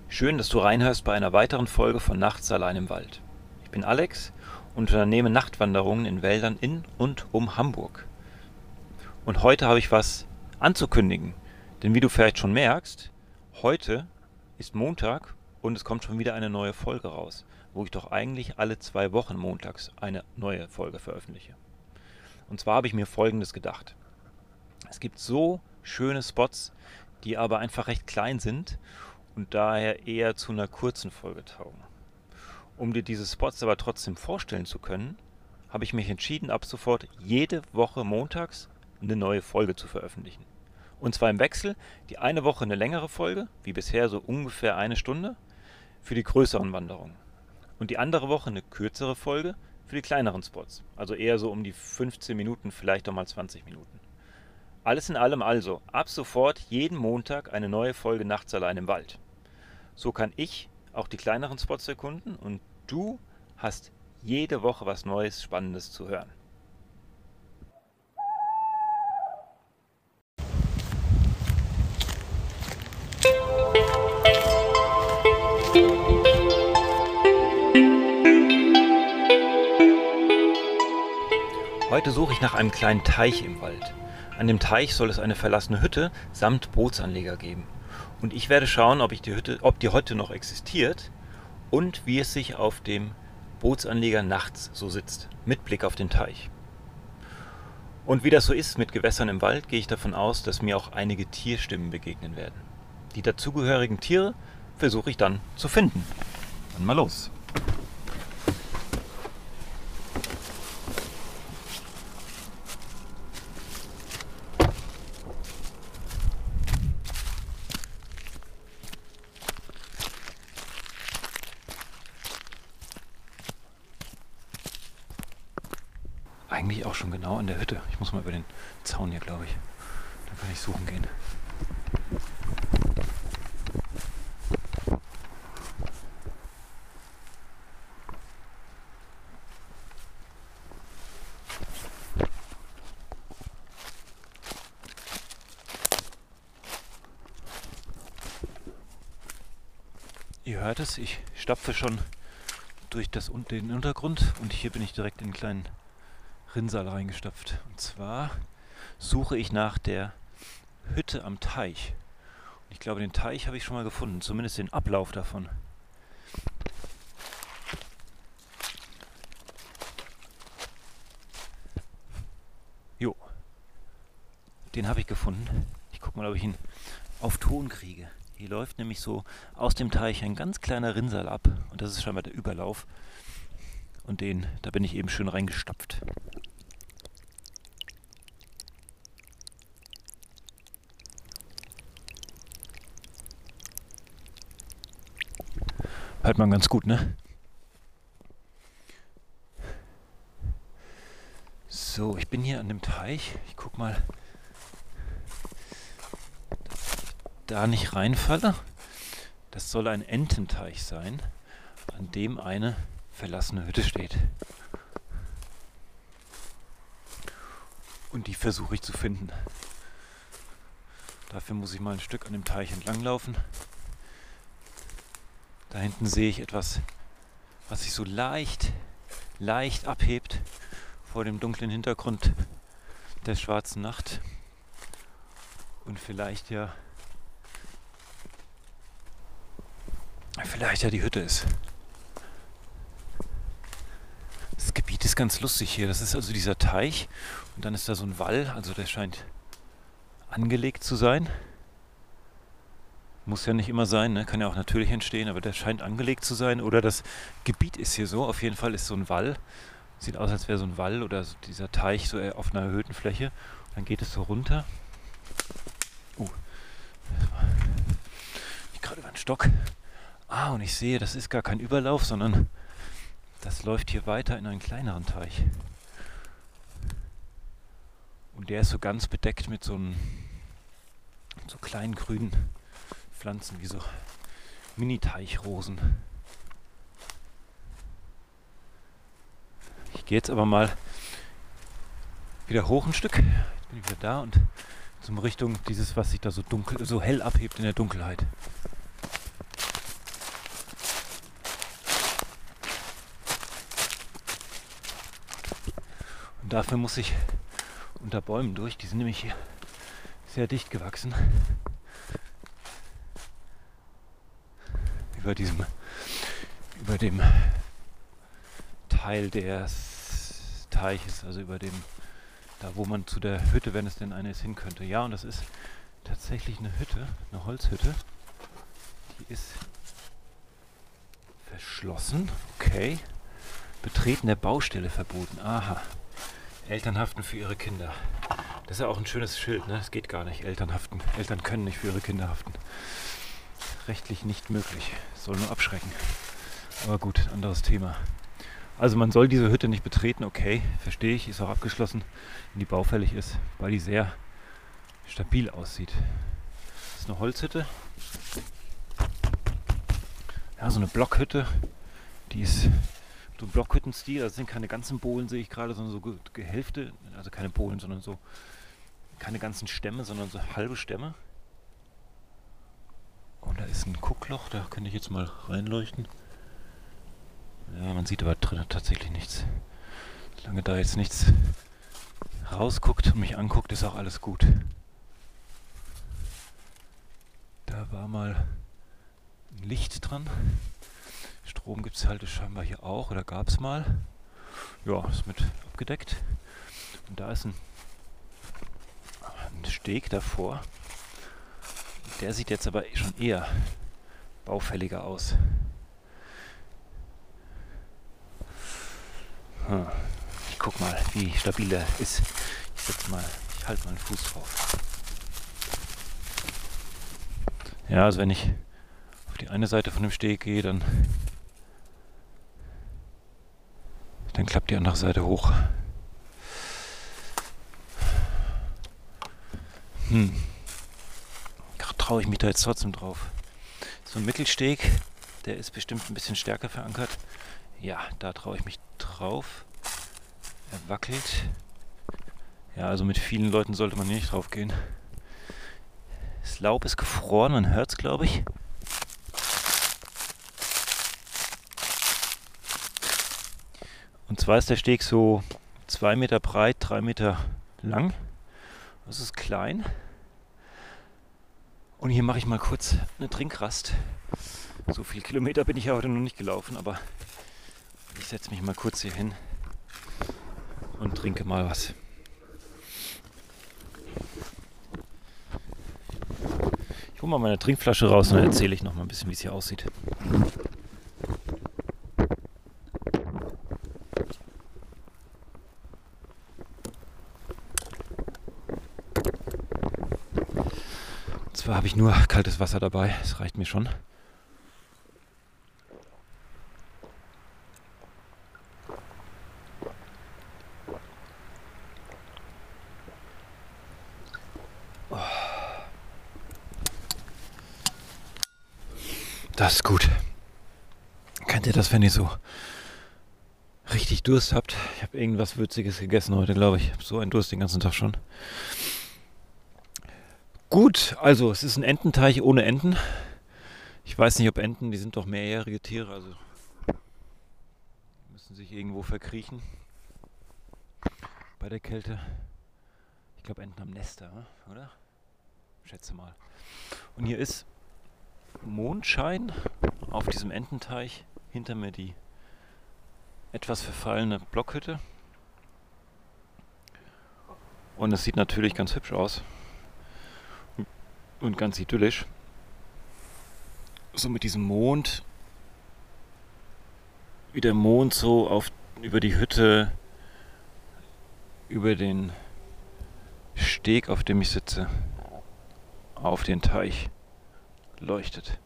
Schön, dass du reinhörst bei einer weiteren Folge von Nachts allein im Wald. Ich bin Alex und unternehme Nachtwanderungen in Wäldern in und um Hamburg. Und heute habe ich was anzukündigen, denn wie du vielleicht schon merkst, heute ist Montag und es kommt schon wieder eine neue Folge raus, wo ich doch eigentlich alle 2 Wochen montags eine neue Folge veröffentliche. Und zwar habe ich mir Folgendes gedacht. Es gibt so schöne Spots, die aber einfach recht klein sind und daher eher zu einer kurzen Folge taugen. Um dir diese Spots aber trotzdem vorstellen zu können, habe ich mich entschieden, ab sofort jede Woche montags eine neue Folge zu veröffentlichen. Und zwar im Wechsel, die eine Woche eine längere Folge, wie bisher so ungefähr 1 Stunde, für die größeren Wanderungen. Und die andere Woche eine kürzere Folge für die kleineren Spots, also eher so um die 15 Minuten, vielleicht auch mal 20 Minuten. Alles in allem also, ab sofort jeden Montag eine neue Folge Nachts allein im Wald. So kann ich auch die kleineren Spots erkunden und du hast jede Woche was Neues, Spannendes zu hören. Heute suche ich nach einem kleinen Teich im Wald. An dem Teich soll es eine verlassene Hütte samt Bootsanleger geben. Und ich werde schauen, ob die Hütte noch existiert und wie es sich auf dem Bootsanleger nachts so sitzt, mit Blick auf den Teich. Und wie das so ist mit Gewässern im Wald, gehe ich davon aus, dass mir auch einige Tierstimmen begegnen werden. Die dazugehörigen Tiere versuche ich dann zu finden. Dann mal los. Eigentlich auch schon genau an der Hütte. Ich muss mal über den Zaun hier, glaube ich. Dann kann ich suchen gehen. Ihr hört es, ich stapfe schon durch den Untergrund und hier bin ich direkt in einen kleinen Rinnsal reingestapft. Und zwar suche ich nach der Hütte am Teich. Und ich glaube, den Teich habe ich schon mal gefunden, zumindest den Ablauf davon. Jo, den habe ich gefunden. Ich gucke mal, ob ich ihn auf Ton kriege. Hier läuft nämlich so aus dem Teich ein ganz kleiner Rinnsal ab und das ist scheinbar der Überlauf. Und da bin ich eben schön reingestapft. Hört man ganz gut, ne? So, ich bin hier an dem Teich. Ich guck mal, dass ich da nicht reinfalle. Das soll ein Ententeich sein, an dem eine verlassene Hütte steht. Und die versuche ich zu finden. Dafür muss ich mal ein Stück an dem Teich entlang laufen. Da hinten sehe ich etwas, was sich so leicht abhebt vor dem dunklen Hintergrund der schwarzen Nacht. Und vielleicht ja die Hütte ist. Das Gebiet ist ganz lustig hier. Das ist also dieser Teich und dann ist da so ein Wall, also der scheint angelegt zu sein. Muss ja nicht immer sein, ne? Kann ja auch natürlich entstehen, aber der scheint angelegt zu sein. Oder das Gebiet ist hier so. Auf jeden Fall ist so ein Wall. Sieht aus, als wäre so ein Wall oder so dieser Teich so auf einer erhöhten Fläche. Dann geht es so runter. Ich gerade über einen Stock. Und ich sehe, das ist gar kein Überlauf, sondern das läuft hier weiter in einen kleineren Teich. Und der ist so ganz bedeckt mit so kleinen grünen Pflanzen wie so Mini-Teichrosen. Ich gehe jetzt aber mal wieder hoch ein Stück. Jetzt bin ich wieder da und zum Richtung dieses, was sich da so hell abhebt in der Dunkelheit. Und dafür muss ich unter Bäumen durch. Die sind nämlich hier sehr dicht gewachsen. Über dem Teil des Teiches, also über dem, da wo man zu der Hütte, wenn es denn eine ist, hin könnte. Ja, und das ist tatsächlich eine Hütte, eine Holzhütte. Die ist verschlossen. Okay. Betreten der Baustelle verboten. Aha. Eltern haften für ihre Kinder. Das ist ja auch ein schönes Schild, ne? Es geht gar nicht. Eltern können nicht für ihre Kinder haften. Rechtlich nicht möglich. Soll nur abschrecken. Aber gut, anderes Thema. Also man soll diese Hütte nicht betreten, okay, verstehe ich, ist auch abgeschlossen, wenn die baufällig ist, weil die sehr stabil aussieht. Das ist eine Holzhütte. Ja, so eine Blockhütte, die ist so ein Blockhüttenstil, das sind keine ganzen Bohlen, sehe ich gerade, sondern so Gehälfte, also keine Bohlen, sondern so keine ganzen Stämme, sondern so halbe Stämme. Und da ist ein Guckloch, da könnte ich jetzt mal reinleuchten. Ja, man sieht aber drin tatsächlich nichts. Solange da jetzt nichts rausguckt und mich anguckt, ist auch alles gut. Da war mal ein Licht dran. Strom gibt es halt scheinbar hier auch, oder gab es mal. Ja, ist mit abgedeckt. Und da ist ein Steg davor. Der sieht jetzt aber schon eher baufälliger aus. Ich guck mal, wie stabil er ist. Ich halte mal einen Fuß drauf. Ja, also wenn ich auf die eine Seite von dem Steg gehe, dann klappt die andere Seite hoch. Traue ich mich da jetzt trotzdem drauf. So ein Mittelsteg, der ist bestimmt ein bisschen stärker verankert. Ja, da traue ich mich drauf. Er wackelt. Ja, also mit vielen Leuten sollte man nicht drauf gehen. Das Laub ist gefroren, man hört es, glaube ich. Und zwar ist der Steg so 2 Meter breit, 3 Meter lang. Das ist klein. Und hier mache ich mal kurz eine Trinkrast. So viele Kilometer bin ich ja heute noch nicht gelaufen, aber ich setze mich mal kurz hier hin und trinke mal was. Ich hole mal meine Trinkflasche raus und dann erzähle ich noch mal ein bisschen, wie es hier aussieht. Zwar habe ich nur kaltes Wasser dabei, das reicht mir schon. Das ist gut. Kennt ihr das, wenn ihr so richtig Durst habt? Ich habe irgendwas Würziges gegessen heute, glaube ich. Ich habe so einen Durst den ganzen Tag schon. Gut, also es ist ein Ententeich ohne Enten. Ich weiß nicht, ob Enten, die sind doch mehrjährige Tiere, also müssen sich irgendwo verkriechen bei der Kälte. Ich glaube Enten haben Nester, oder? Schätze mal. Und hier ist Mondschein auf diesem Ententeich. Hinter mir die etwas verfallene Blockhütte. Und es sieht natürlich ganz hübsch aus. Und ganz idyllisch. So mit diesem Mond. Wie der Mond so über die Hütte, über den Steg, auf dem ich sitze, auf den Teich leuchtet.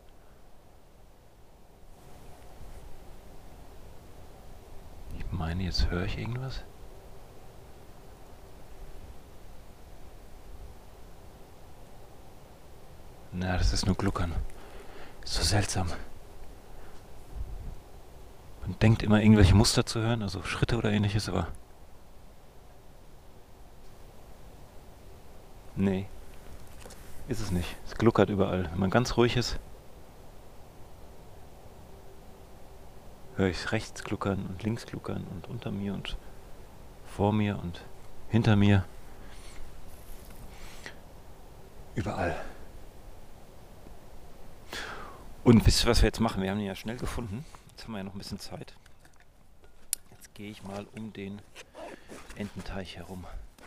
Ich meine, jetzt höre ich irgendwas. Na, das ist nur Gluckern. Ist so seltsam. Man denkt immer, irgendwelche Muster zu hören, also Schritte oder ähnliches, aber nee, ist es nicht. Es gluckert überall. Wenn man ganz ruhig ist, höre ich rechts gluckern und links gluckern und unter mir und vor mir und hinter mir. Überall. Und wisst ihr, was wir jetzt machen? Wir haben ihn ja schnell gefunden. Jetzt haben wir ja noch ein bisschen Zeit. Jetzt gehe ich mal um den Ententeich herum.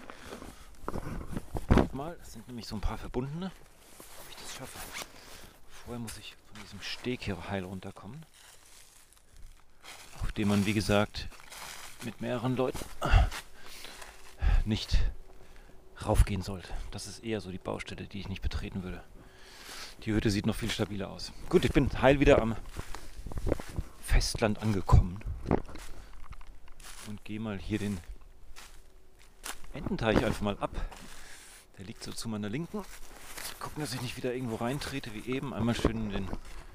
Mal, das sind nämlich so ein paar Verbundene. Ob ich das schaffe. Vorher muss ich von diesem Steg hier heil runterkommen. Auf dem man, wie gesagt, mit mehreren Leuten nicht raufgehen sollte. Das ist eher so die Baustelle, die ich nicht betreten würde. Die Hütte sieht noch viel stabiler aus. Gut, ich bin heil wieder am Festland angekommen und gehe mal hier den Ententeich einfach mal ab. Der liegt so zu meiner Linken. Gucken, dass ich nicht wieder irgendwo reintrete wie eben. Einmal schön in den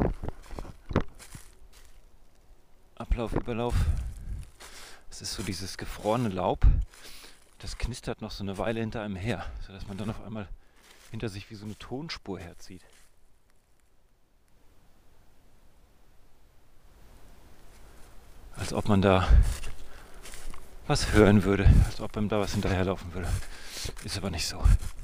Ablauf, Überlauf. Es ist so dieses gefrorene Laub. Das knistert noch so eine Weile hinter einem her, sodass man dann auf einmal hinter sich wie so eine Tonspur herzieht. Als ob man da was hören würde, als ob einem da was hinterherlaufen würde. Ist aber nicht so.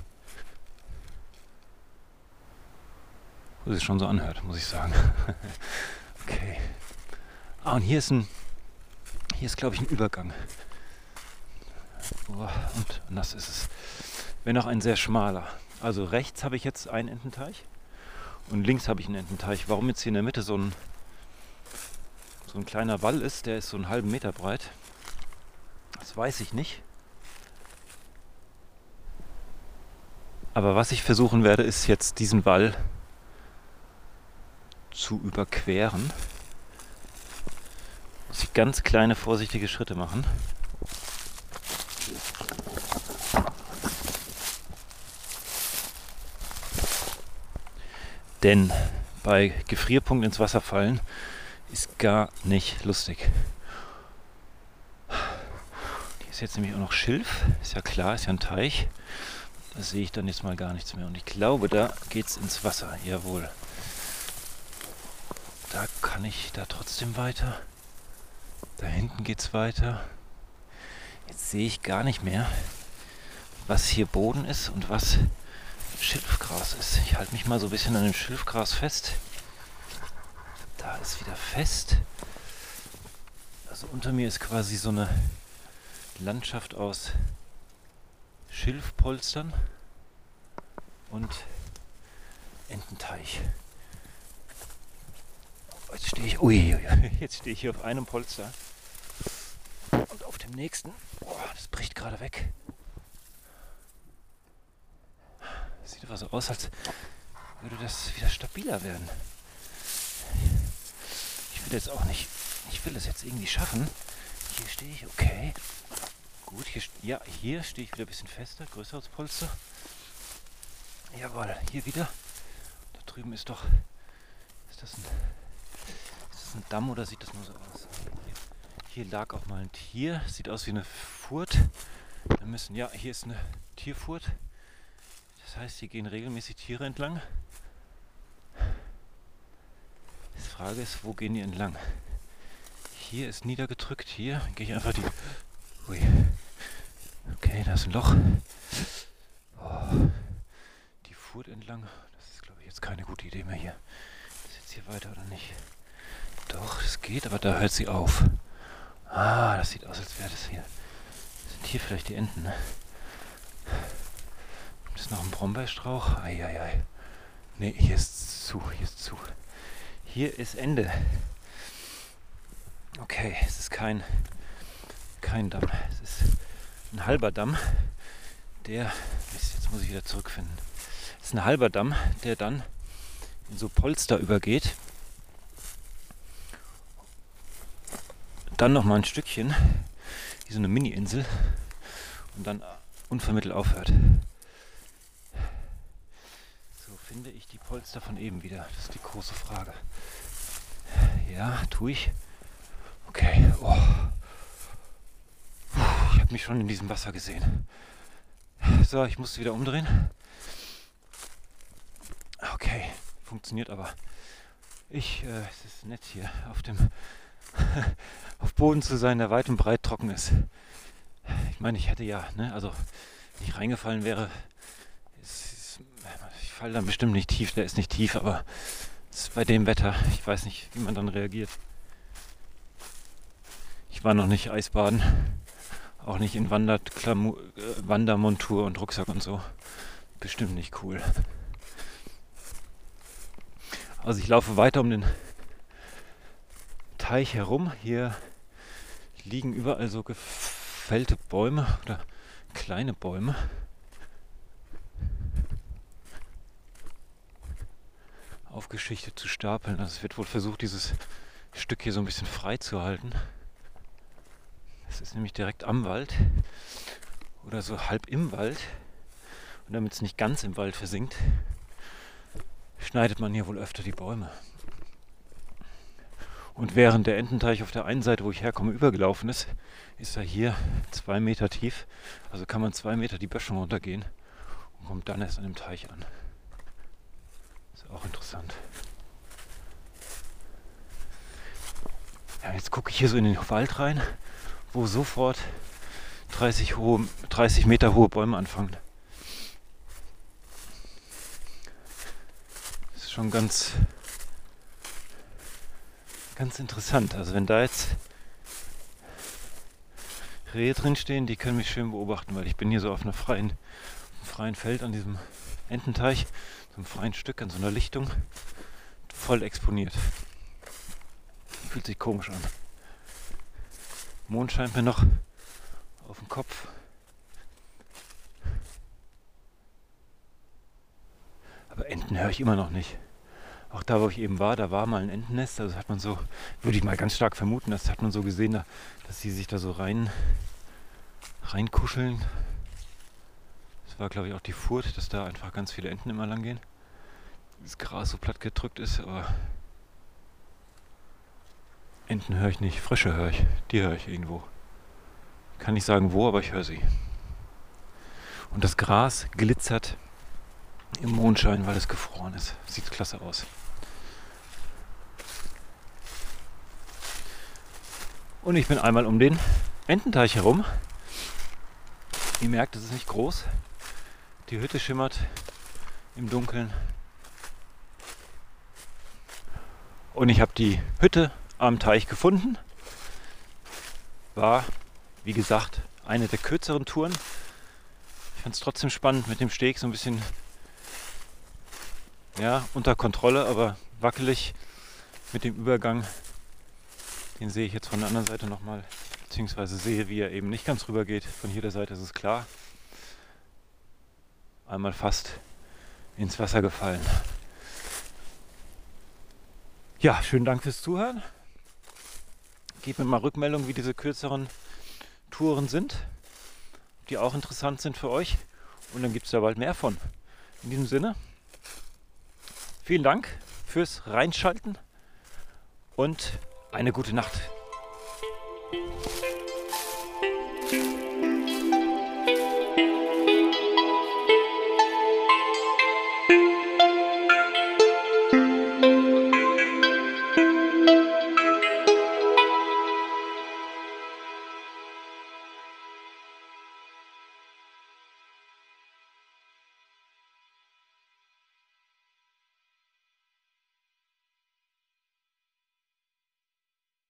Wo es sich schon so anhört, muss ich sagen. Okay. Ah, und hier ist glaube ich ein Übergang. Und nass ist es. Wenn auch ein sehr schmaler. Also rechts habe ich jetzt einen Ententeich und links habe ich einen Ententeich. Warum jetzt hier in der Mitte so ein kleiner Wall ist, der ist so einen halben Meter breit, das weiß ich nicht. Aber was ich versuchen werde, ist jetzt diesen Wall zu überqueren. Muss ich ganz kleine, vorsichtige Schritte machen. Denn bei Gefrierpunkt ins Wasser fallen ist gar nicht lustig. Hier ist jetzt nämlich auch noch Schilf. Ist ja klar, ist ja ein Teich. Da sehe ich dann jetzt mal gar nichts mehr. Und ich glaube, da geht es ins Wasser. Jawohl. Da kann ich da trotzdem weiter. Da hinten geht es weiter. Jetzt sehe ich gar nicht mehr, was hier Boden ist und was Schilfgras ist. Ich halte mich mal so ein bisschen an dem Schilfgras fest. Da ist wieder fest. Also unter mir ist quasi so eine Landschaft aus Schilfpolstern und Ententeich. Jetzt stehe ich hier auf einem Polster und auf dem nächsten. Oh, das bricht gerade weg. Das sieht aber so aus, als würde das wieder stabiler werden. Ich will jetzt auch nicht. Ich will es jetzt irgendwie schaffen. Hier stehe ich, okay. Gut, hier stehe ich wieder ein bisschen fester, größeres Polster. Jawohl, hier wieder. Da drüben ist doch. Ist das ein Damm oder sieht das nur so aus? Hier lag auch mal ein Tier. Sieht aus wie eine Furt. Hier ist eine Tierfurt. Das heißt, hier gehen regelmäßig Tiere entlang. Die Frage ist, wo gehen die entlang? Hier ist niedergedrückt. Hier gehe ich einfach Ui. Okay, da ist ein Loch. Oh. Die Furt entlang. Das ist, glaube ich, jetzt keine gute Idee mehr hier. Ist jetzt hier weiter oder nicht? Doch, es geht, aber da hört sie auf. Ah, das sieht aus, als wäre das hier. Sind hier vielleicht die Enten, ne? Gibt es noch einen Brombeerstrauch? Eieiei. Ne, hier ist zu. Hier ist Ende. Okay, es ist kein Damm. Es ist ein halber Damm, jetzt muss ich wieder zurückfinden. Es ist ein halber Damm, der dann in so Polster übergeht. Dann nochmal ein Stückchen, wie so eine Mini-Insel und dann unvermittelt aufhört. So finde ich die Polster von eben wieder. Das ist die große Frage. Ja, tue ich. Okay. Oh. Ich habe mich schon in diesem Wasser gesehen. So, ich musste wieder umdrehen. Okay, funktioniert aber. Es ist nett hier auf Boden zu sein, der weit und breit trocken ist. Ich meine, ich hätte ja, ne, also wenn ich reingefallen wäre, ich falle dann bestimmt nicht tief, der ist nicht tief, aber es ist bei dem Wetter, ich weiß nicht, wie man dann reagiert. Ich war noch nicht Eisbaden, auch nicht in Wandermontur und Rucksack und so. Bestimmt nicht cool. Also ich laufe weiter um den Teich herum. Hier liegen überall so gefällte Bäume oder kleine Bäume. Aufgeschichtet zu stapeln. Also es wird wohl versucht, dieses Stück hier so ein bisschen frei zu halten. Es ist nämlich direkt am Wald oder so halb im Wald. Und damit es nicht ganz im Wald versinkt, schneidet man hier wohl öfter die Bäume. Und während der Ententeich auf der einen Seite, wo ich herkomme, übergelaufen ist, ist er hier 2 Meter tief. Also kann man 2 Meter die Böschung runtergehen und kommt dann erst an dem Teich an. Ist auch interessant. Ja, jetzt gucke ich hier so in den Wald rein, wo sofort 30 Meter hohe Bäume anfangen. Das ist schon ganz interessant. Also wenn da jetzt Rehe drin stehen, die können mich schön beobachten, weil ich bin hier so auf einem freien Feld an diesem Ententeich, so einem freien Stück an so einer Lichtung, voll exponiert. Fühlt sich komisch an. Mond scheint mir noch auf den Kopf. Aber Enten höre ich immer noch nicht. Auch da, wo ich eben war, da war mal ein Entennest. Also hat man so, würde ich mal ganz stark vermuten, das hat man so gesehen, dass sie sich da so reinkuscheln. Das war, glaube ich, auch die Furt, dass da einfach ganz viele Enten immer lang gehen. Das Gras so platt gedrückt ist, aber Enten höre ich nicht. Frösche höre ich. Die höre ich irgendwo. Ich kann nicht sagen wo, aber ich höre sie. Und das Gras glitzert im Mondschein, weil es gefroren ist. Sieht klasse aus. Und ich bin einmal um den Ententeich herum. Ihr merkt, es ist nicht groß. Die Hütte schimmert im Dunkeln. Und ich habe die Hütte am Teich gefunden. War, wie gesagt, eine der kürzeren Touren. Ich fand es trotzdem spannend mit dem Steg, so ein bisschen unter Kontrolle, aber wackelig mit dem Übergang. Den sehe ich jetzt von der anderen Seite nochmal, beziehungsweise sehe, wie er eben nicht ganz rüber geht. Von hier der Seite ist es klar. Einmal fast ins Wasser gefallen. Ja, schönen Dank fürs Zuhören. Gebt mir mal Rückmeldung, wie diese kürzeren Touren sind, die auch interessant sind für euch. Und dann gibt es da bald mehr von. In diesem Sinne, vielen Dank fürs Reinschalten und eine gute Nacht.